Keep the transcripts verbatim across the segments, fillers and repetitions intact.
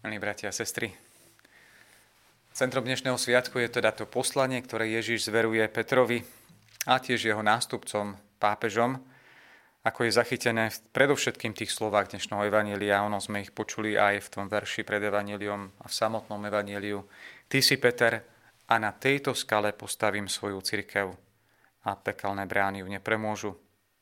Milí bratia a sestry, centrom dnešného sviatku je teda to poslanie, ktoré Ježiš zveruje Petrovi a tiež jeho nástupcom, pápežom, ako je zachytené v predovšetkým tých slovách dnešného evanjelia. Ono sme ich počuli aj v tom verši pred evanjeliom a v samotnom evanjeliu. Ty si Peter a na tejto skale postavím svoju cirkev a pekelné brány ju nepremôžu.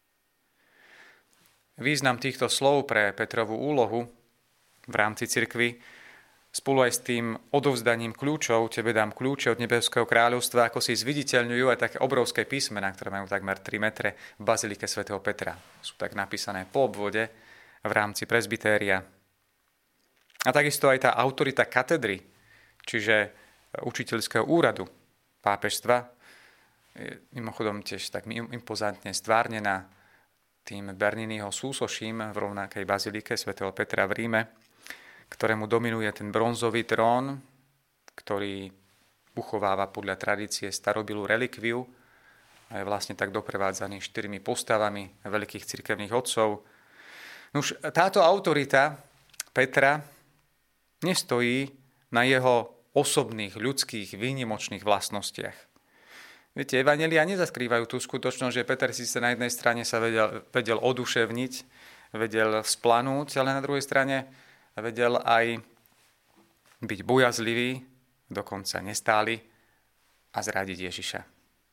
Význam týchto slov pre Petrovú úlohu v rámci cirkvi, spolu aj s tým odovzdaním kľúčov, tebe dám kľúče od nebeského kráľovstva, ako si zviditeľňujú aj také obrovské písmená, ktoré majú takmer tri metre v bazilike svätého Petra. Sú tak napísané po obvode v rámci presbytéria. A takisto aj tá autorita katedry, čiže učiteľského úradu pápežstva, je mimochodom tiež tak impozantne stvárnená tým Berniniho súsoším v rovnakej bazilike svätého Petra v Ríme, ktorému dominuje ten bronzový trón, ktorý uchováva podľa tradície starobilú relikviu a je vlastne tak doprevádzaný štyrmi postavami veľkých cirkevných otcov. Nuž, táto autorita Petra nestojí na jeho osobných, ľudských, výnimočných vlastnostiach. Viete, evanjelia nezaskrývajú tú skutočnosť, že Peter síce na jednej strane sa vedel, vedel oduševniť, vedel vzplanúť, ale na druhej strane vedel aj byť bojazlivý, dokonca nestály a zradiť Ježiša.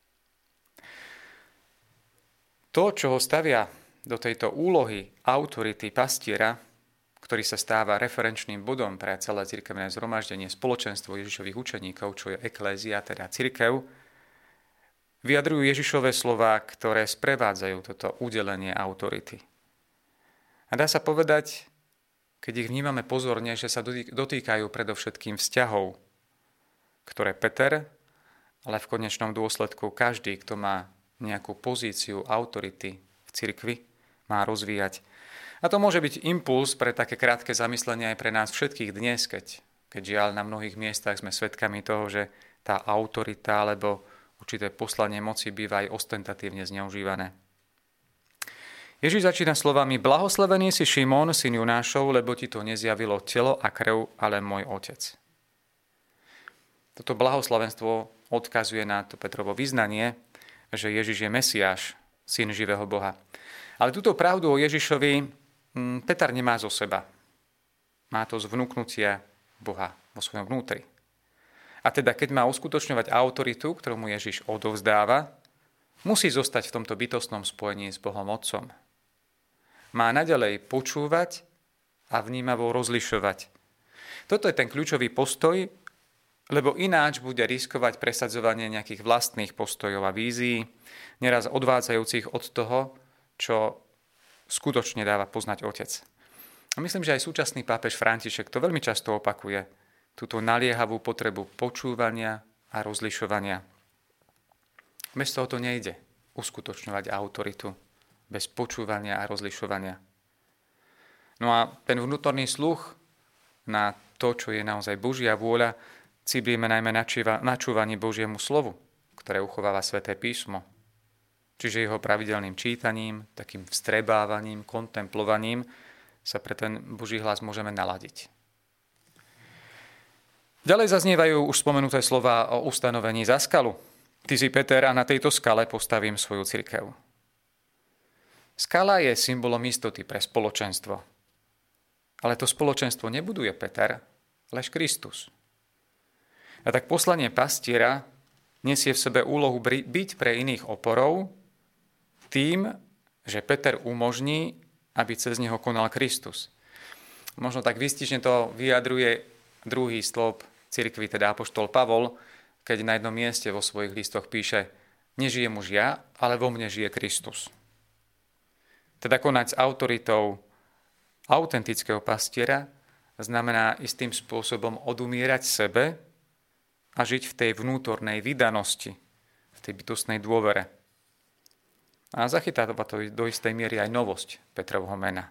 To, čo ho stavia do tejto úlohy autority pastiera, ktorý sa stáva referenčným bodom pre celé cirkevné zhromaždenie, spoločenstvo Ježišových učeníkov, čo je eklézia, teda cirkev, vyjadrujú Ježišové slová, ktoré sprevádzajú toto udelenie autority. A dá sa povedať, keď ich vnímame pozorne, že sa dotýkajú predovšetkým vzťahov, ktoré Peter, ale v konečnom dôsledku každý, kto má nejakú pozíciu autority v cirkvi, má rozvíjať. A to môže byť impuls pre také krátke zamyslenie aj pre nás všetkých dnes, keď, keď žiaľ na mnohých miestach sme svedkami toho, že tá autorita alebo určité poslanie moci býva aj ostentatívne zneužívané. Ježiš začína slovami: Blahoslavený si Šimón, syn Junášov, lebo ti to nezjavilo telo a krv, ale môj otec. Toto blahoslavenstvo odkazuje na to Petrovo vyznanie, že Ježiš je Mesiáš, syn živého Boha. Ale túto pravdu o Ježišovi Peter nemá zo seba. Má to z vnúknutia Boha vo svojom vnútri. A teda, keď má uskutočňovať autoritu, ktorú mu Ježiš odovzdáva, musí zostať v tomto bytostnom spojení s Bohom Otcom. Má naďalej počúvať a vnímavo rozlišovať. Toto je ten kľúčový postoj, lebo ináč bude riskovať presadzovanie nejakých vlastných postojov a vízií, neraz odvádzajúcich od toho, čo skutočne dáva poznať Otec. A myslím, že aj súčasný pápež František to veľmi často opakuje, túto naliehavú potrebu počúvania a rozlišovania. Bez toho to nejde uskutočňovať autoritu, bez počúvania a rozlišovania. No a ten vnútorný sluch na to, čo je naozaj Božia vôľa, ciblíme najmä načúvanie Božiemu slovu, ktoré uchováva Sväté písmo. Čiže jeho pravidelným čítaním, takým vstrebávaním, kontemplovaním sa pre ten Boží hlas môžeme naladiť. Ďalej zaznievajú už spomenuté slová o ustanovení za skalu. Ty si Peter a na tejto skale postavím svoju cirkev. Skala je symbolom istoty pre spoločenstvo. Ale to spoločenstvo nebuduje Peter, lež Kristus. A tak poslanie pastiera nesie v sebe úlohu byť pre iných oporou tým, že Peter umožní, aby cez neho konal Kristus. Možno tak výstižne to vyjadruje druhý stĺp cirkvi, teda apoštol Pavol, keď na jednom mieste vo svojich listoch píše: Nežijem už ja, ale vo mne žije Kristus. Teda konať s autoritou autentického pastiera znamená istým spôsobom odumierať sebe a žiť v tej vnútornej vydanosti, v tej bytostnej dôvere. A zachytáva to do istej miery aj novosť Petrovho mena.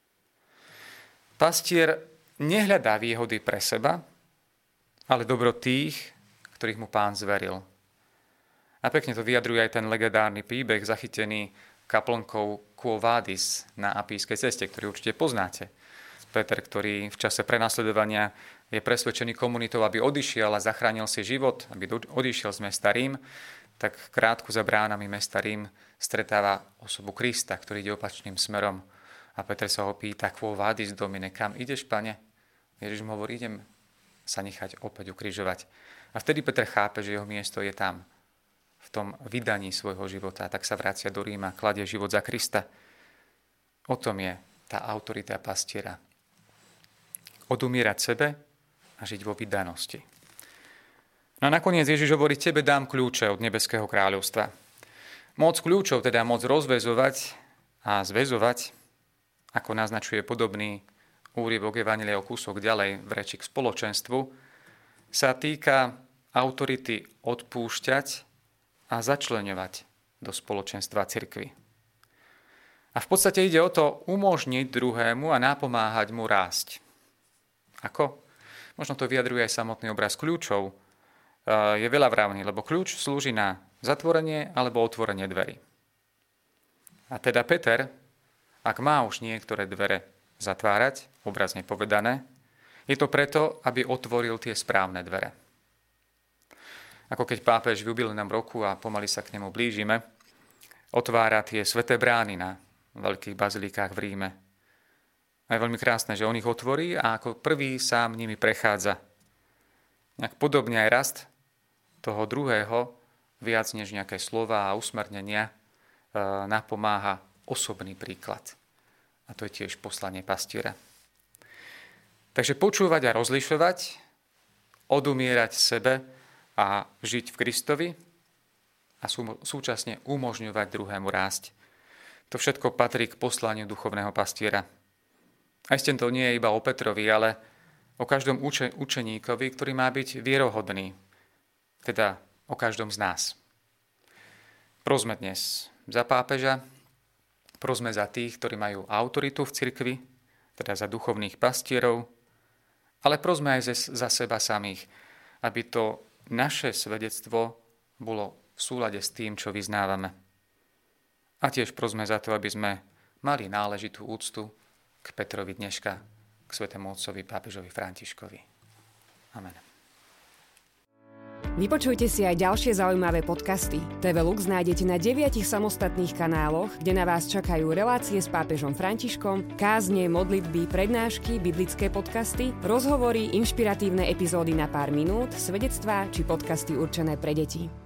Pastier nehľadá výhody pre seba, ale dobro tých, ktorých mu Pán zveril. A pekne to vyjadruje aj ten legendárny príbeh zachytený kaplnkou Quo Vadis na Apijskej ceste, ktorý určite poznáte. Peter, ktorý v čase prenasledovania je presvedčený komunitou, aby odišiel a zachránil si život, aby odišiel z mesta Rím, tak krátko za bránami mesta Rím stretáva osobu Krista, ktorý ide opačným smerom. A Peter sa ho pýta, quo vadis, Domine, kam ideš, Pane? Ježiš mu hovorí, idem sa nechať opäť ukrižovať. A vtedy Peter chápe, že jeho miesto je tam, v tom vydaní svojho života. Tak sa vracia do Ríma, kladie život za Krista. O tom je tá autorita pastiera. Odumierať sebe a žiť vo vydanosti. No a nakoniec Ježiš hovorí, tebe dám kľúče od nebeského kráľovstva. Moc kľúčov, teda moc rozväzovať a zväzovať, ako naznačuje podobný úryvok Evanjelia o kúsok ďalej v reči k spoločenstvu, sa týka autority odpúšťať a začleňovať do spoločenstva cirkvi. A v podstate ide o to umožniť druhému a napomáhať mu rásť. Ako? Možno to vyjadruje aj samotný obraz kľúčov. Je veľavravný, lebo kľúč slúži na zatvorenie alebo otvorenie dverí. A teda Peter, ak má už niektoré dvere zatvárať, obrazne povedané, je to preto, aby otvoril tie správne dvere. Ako keď pápež v jubilejnom roku, a pomaly sa k nemu blížime, otvára tie sväté brány na veľkých bazilikách v Ríme. A je veľmi krásne, že on ich otvorí a ako prvý sám nimi prechádza. Nejak podobne aj rast toho druhého, viac než nejaké slova a usmernenia, napomáha osobný príklad. A to je tiež poslanie pastiera. Takže počúvať a rozlišovať, odumierať sebe a žiť v Kristovi a sú, súčasne umožňovať druhému rásť. To všetko patrí k poslaniu duchovného pastiera. A ešte to nie je iba o Petrovi, ale o každom uče, učeníkovi, ktorý má byť vierohodný. Teda o každom z nás. Prosme dnes za pápeža, prosme za tých, ktorí majú autoritu v cirkvi, teda za duchovných pastierov, ale prosme aj za seba samých, aby to naše svedectvo bolo v súlade s tým, čo vyznávame. A tiež prosme za to, aby sme mali náležitú úctu k Petrovi dneška, k svätému otcovi pápežovi Františkovi. Amen. Vypočujte si aj ďalšie zaujímavé podcasty. té vé Lux nájdete na deviatich samostatných kanáloch, kde na vás čakajú relácie s pápežom Františkom, kázne, modlitby, prednášky, biblické podcasty, rozhovory, inšpiratívne epizódy na pár minút, svedectvá či podcasty určené pre deti.